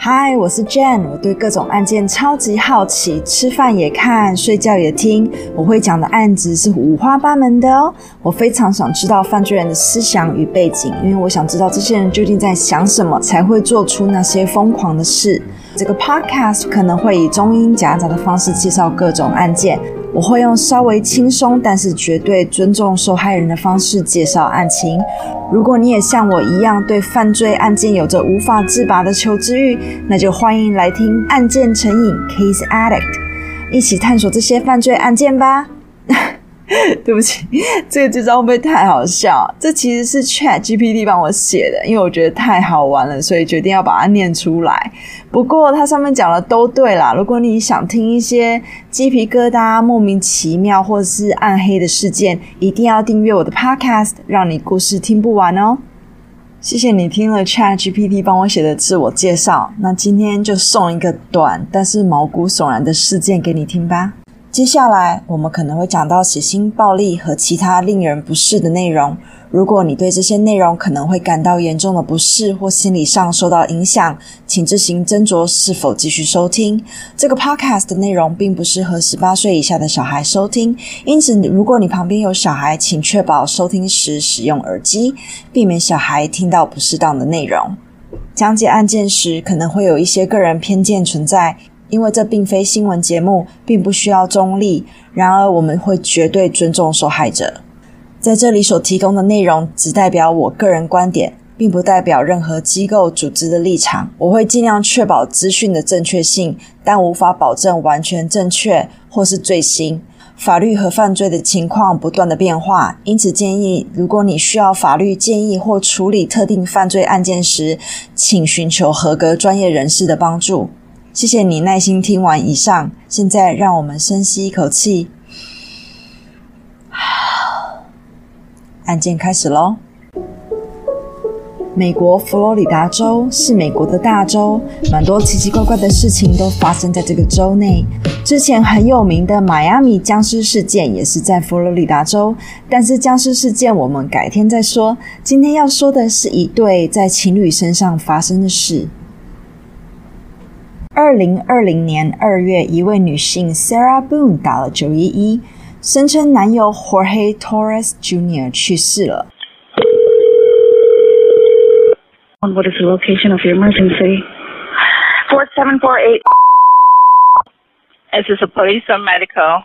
嗨，我是 Jen， 我对各种案件超级好奇，吃饭也看，睡觉也听。我会讲的案子是五花八门的哦。我非常想知道犯罪人的思想与背景，因为我想知道这些人究竟在想什么，才会做出那些疯狂的事。这个 podcast 可能会以中英夹杂的方式介绍各种案件，我会用稍微轻松但是绝对尊重受害人的方式介绍案情。如果你也像我一样对犯罪案件有着无法自拔的求知欲，那就欢迎来听案件成瘾 Case Addict， 一起探索这些犯罪案件吧。对不起，这个介绍会不会太好笑？这其实是 ChatGPT 帮我写的，因为我觉得太好玩了，所以决定要把它念出来。不过它上面讲的都对啦，如果你想听一些鸡皮疙瘩、莫名其妙或者是暗黑的事件，一定要订阅我的 Podcast， 让你故事听不完哦。谢谢你听了 ChatGPT 帮我写的自我介绍，那今天就送一个短但是毛骨悚然的事件给你听吧。接下来我们可能会讲到血腥、暴力和其他令人不适的内容。如果你对这些内容可能会感到严重的不适或心理上受到影响，请自行斟酌是否继续收听。这个 podcast 的内容并不适合18岁以下的小孩收听，因此如果你旁边有小孩，请确保收听时使用耳机，避免小孩听到不适当的内容。讲解案件时可能会有一些个人偏见存在，因为这并非新闻节目，并不需要中立，然而我们会绝对尊重受害者。在这里所提供的内容只代表我个人观点，并不代表任何机构组织的立场。我会尽量确保资讯的正确性，但无法保证完全正确或是最新。法律和犯罪的情况不断的变化，因此建议如果你需要法律建议或处理特定犯罪案件时，请寻求合格专业人士的帮助。谢谢你耐心听完以上，现在让我们深吸一口气。案件开始咯。美国佛罗里达州是美国的大州，蛮多奇奇怪怪的事情都发生在这个州内。之前很有名的迈阿密僵尸事件也是在佛罗里达州，但是僵尸事件我们改天再说。今天要说的是一对在情侣身上发生的事。2020年2月，一位女性 Sarah Boone 打了911，声称男友 Jorge Torres Jr. 去世了。 What is the location of your emergency? 4748. Is this a police or medical?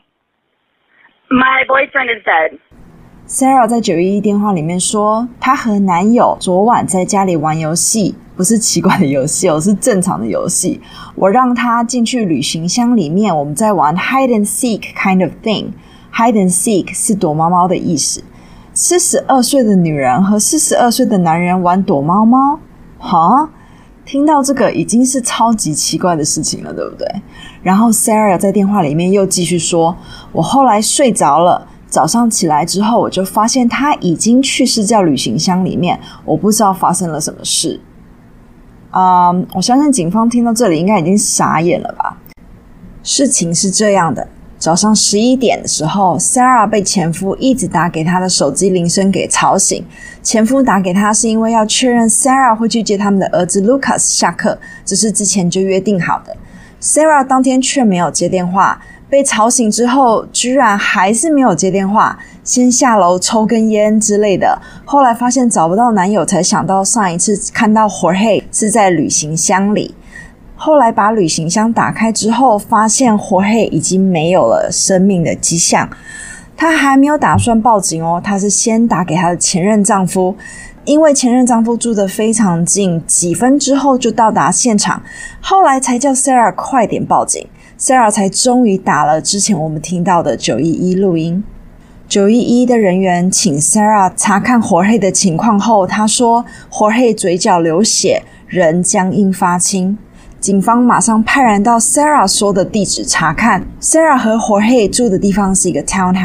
My boyfriend is dead. Sarah 在911电话里面说，她和男友昨晚在家里玩游戏，不是奇怪的游戏哦，是正常的游戏。我让她进去旅行箱里面，我们在玩 hide and seek kind of thing。hide and seek 是躲猫猫的意思。42岁的女人和42岁的男人玩躲猫猫？哈？听到这个已经是超级奇怪的事情了，对不对？然后 Sarah 在电话里面又继续说，我后来睡着了，早上起来之后我就发现他已经去世在旅行箱里面，我不知道发生了什么事。我相信警方听到这里应该已经傻眼了吧。事情是这样的，早上11点的时候 Sarah 被前夫一直打给她的手机铃声给吵醒。前夫打给她是因为要确认 Sarah 会去接他们的儿子 Lucas 下课，这是之前就约定好的。Sarah 当天却没有接电话，被吵醒之后居然还是没有接电话，先下楼抽根烟之类的。后来发现找不到男友，才想到上一次看到 Jorge 是在旅行箱里。后来把旅行箱打开之后，发现 Jorge 已经没有了生命的迹象。她还没有打算报警哦，她是先打给她的前任丈夫，因为前任丈夫住得非常近，几分之后就到达现场，后来才叫 Sarah 快点报警。Sarah 才终于打了之前我们听到的911录音。911的人员请 Sarah 查看 Jorge 的情况后，他说 Jorge 嘴角流血，人僵硬发青。警方马上派人到 Sarah 说的地址查看。Sarah 和 Jorge 住的地方是一个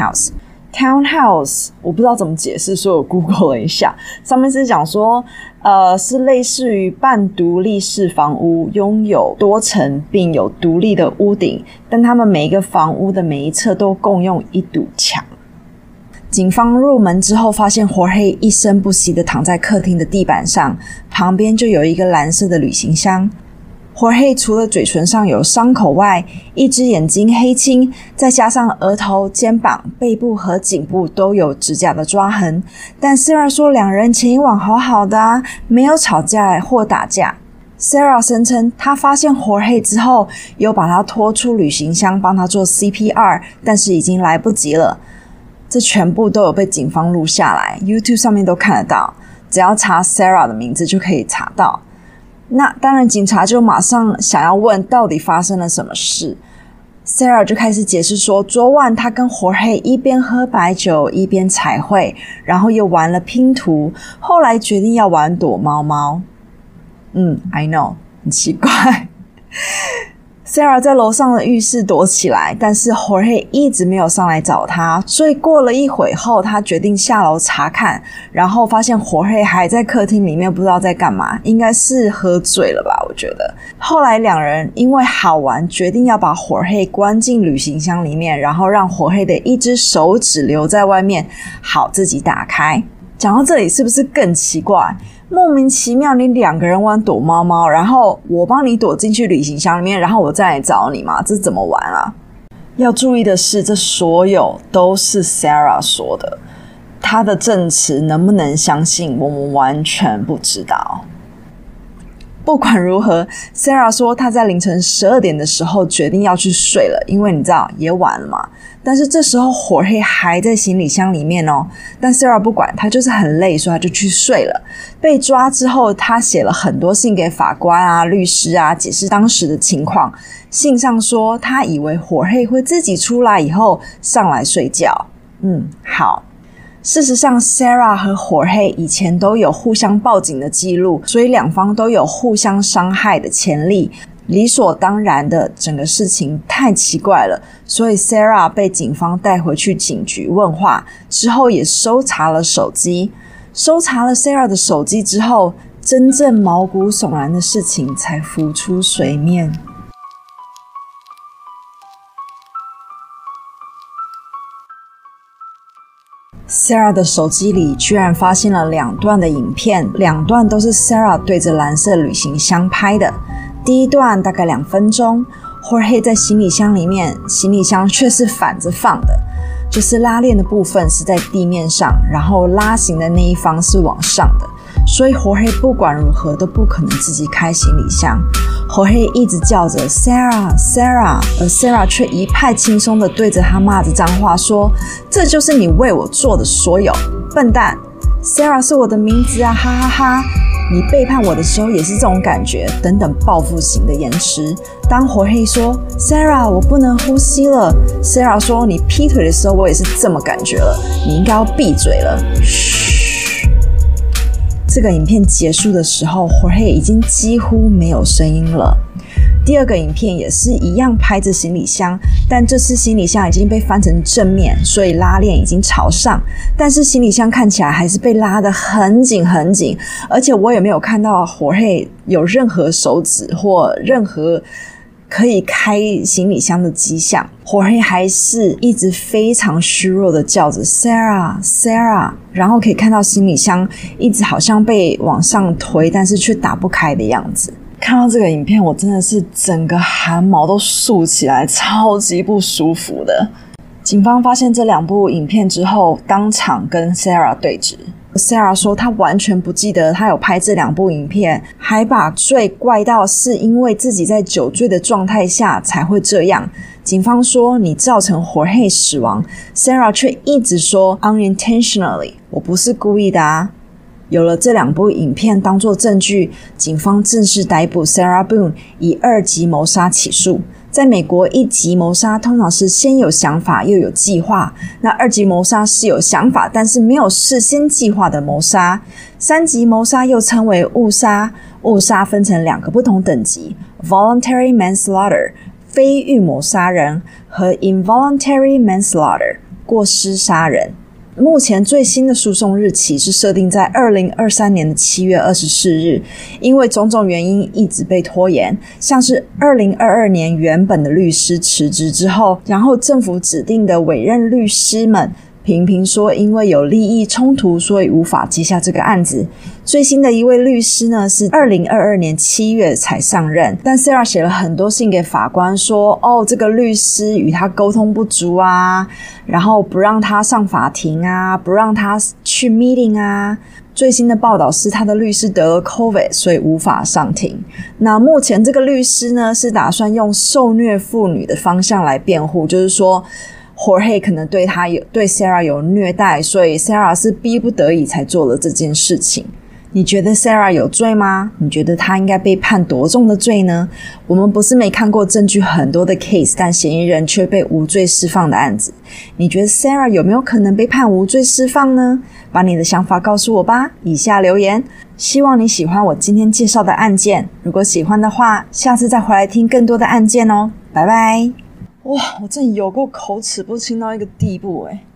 townhouse。townhouse 我不知道怎么解释，所以我 Google 了一下，上面是讲说是类似于半独立式房屋，拥有多层并有独立的屋顶，但他们每一个房屋的每一侧都共用一堵墙。警方入门之后发现 Jorge 一声不息地躺在客厅的地板上，旁边就有一个蓝色的旅行箱。 Jorge 除了嘴唇上有伤口外，一只眼睛黑青，再加上额头、肩膀、背部和颈部都有指甲的抓痕。但 Sarah 说两人前一晚好好的啊，没有吵架或打架。Sarah 声称她发现 Jorge 之后有把他拖出旅行箱帮他做 CPR， 但是已经来不及了。这全部都有被警方录下来， YouTube 上面都看得到，只要查 Sarah 的名字就可以查到。那当然警察就马上想要问到底发生了什么事。 Sarah 就开始解释说，昨晚她跟 Jorge 一边喝白酒一边彩绘，然后又玩了拼图，后来决定要玩躲猫猫。I know 很奇怪。Sarah 在楼上的浴室躲起来，但是 Jorge 一直没有上来找她，所以过了一会后，她决定下楼查看，然后发现 Jorge 还在客厅里面，不知道在干嘛，应该是喝醉了吧，我觉得。后来两人因为好玩，决定要把 Jorge 关进旅行箱里面，然后让 Jorge 的一只手指留在外面，好自己打开。讲到这里是不是更奇怪？莫名其妙你两个人玩躲猫猫，然后我帮你躲进去旅行箱里面，然后我再来找你嘛，这怎么玩啊？要注意的是，这所有都是 Sarah 说的，她的证词能不能相信我们完全不知道。不管如何， Sarah 说她在凌晨12点的时候决定要去睡了，因为你知道也晚了嘛。但是这时候 Jorge 还在行李箱里面哦，但 Sarah 不管，她就是很累，所以她就去睡了。被抓之后，她写了很多信给法官啊、律师啊，解释当时的情况。信上说她以为 Jorge 会自己出来以后上来睡觉。好。事实上 Sarah 和 Jorge 以前都有互相报警的记录，所以两方都有互相伤害的潜力，理所当然的，整个事情太奇怪了，所以 Sarah 被警方带回去警局问话，之后也搜查了手机。搜查了 Sarah 的手机之后，真正毛骨悚然的事情才浮出水面。Sarah 的手机里居然发现了2段的影片，2段都是 Sarah 对着蓝色旅行箱拍的。第一段大概2分钟， Jorge 在行李箱里面，行李箱却是反着放的，就是拉链的部分是在地面上，然后拉行的那一方是往上的，所以 Jorge 不管如何都不可能自己开行李箱。Jorge 一直叫着 Sarah Sarah， 而 Sarah 却一派轻松地对着他骂着脏话说，这就是你为我做的所有，笨蛋， Sarah 是我的名字啊，哈哈哈，你背叛我的时候也是这种感觉，等等报复型的言辞。当 Jorge 说 Sarah 我不能呼吸了， Sarah 说你劈腿的时候我也是这么感觉了，你应该要闭嘴了。嘘。这个影片结束的时候， Jorge 已经几乎没有声音了。第二个影片也是一样拍着行李箱，但这次行李箱已经被翻成正面，所以拉链已经朝上，但是行李箱看起来还是被拉得很紧很紧，而且我也没有看到 Jorge 有任何手指或任何可以开行李箱的迹象。 Jorge 还是一直非常虚弱的叫着 Sarah Sarah， 然后可以看到行李箱一直好像被往上推，但是却打不开的样子。看到这个影片，我真的是整个汗毛都竖起来，超级不舒服的。警方发现这2部影片之后，当场跟 Sarah 对质。Sarah 说她完全不记得她有拍这2部影片，还把罪怪到是因为自己在酒醉的状态下才会这样。警方说你造成 Jorge 死亡， Sarah 却一直说 unintentionally， 我不是故意的啊。有了这2部影片当作证据，警方正式逮捕 Sarah Boone， 以2级谋杀起诉。在美国，1级谋杀通常是先有想法又有计划，那2级谋杀是有想法但是没有事先计划的谋杀。3级谋杀又称为误杀，误杀分成2个不同等级， voluntary manslaughter 非预谋杀人和 involuntary manslaughter 过失杀人。目前最新的诉讼日期是设定在2023年的7月24日，因为种种原因一直被拖延，像是2022年原本的律师辞职之后，然后政府指定的委任律师们频频说因为有利益冲突，所以无法接下这个案子。最新的一位律师呢，是2022年7月才上任，但 Sarah 写了很多信给法官说，这个律师与他沟通不足啊，然后不让他上法庭啊，不让他去 meeting 啊。最新的报道是他的律师得了 COVID， 所以无法上庭。那目前这个律师呢，是打算用受虐妇女的方向来辩护，就是说 Jorge 可能对Sarah 有虐待，所以 Sarah 是逼不得已才做了这件事情。你觉得 Sarah 有罪吗？你觉得她应该被判多重的罪呢？我们不是没看过证据很多的 case， 但嫌疑人却被无罪释放的案子。你觉得 Sarah 有没有可能被判无罪释放呢？把你的想法告诉我吧，以下留言。希望你喜欢我今天介绍的案件，如果喜欢的话，下次再回来听更多的案件哦。拜拜。哇，我真的有够口齿不清到一个地步耶。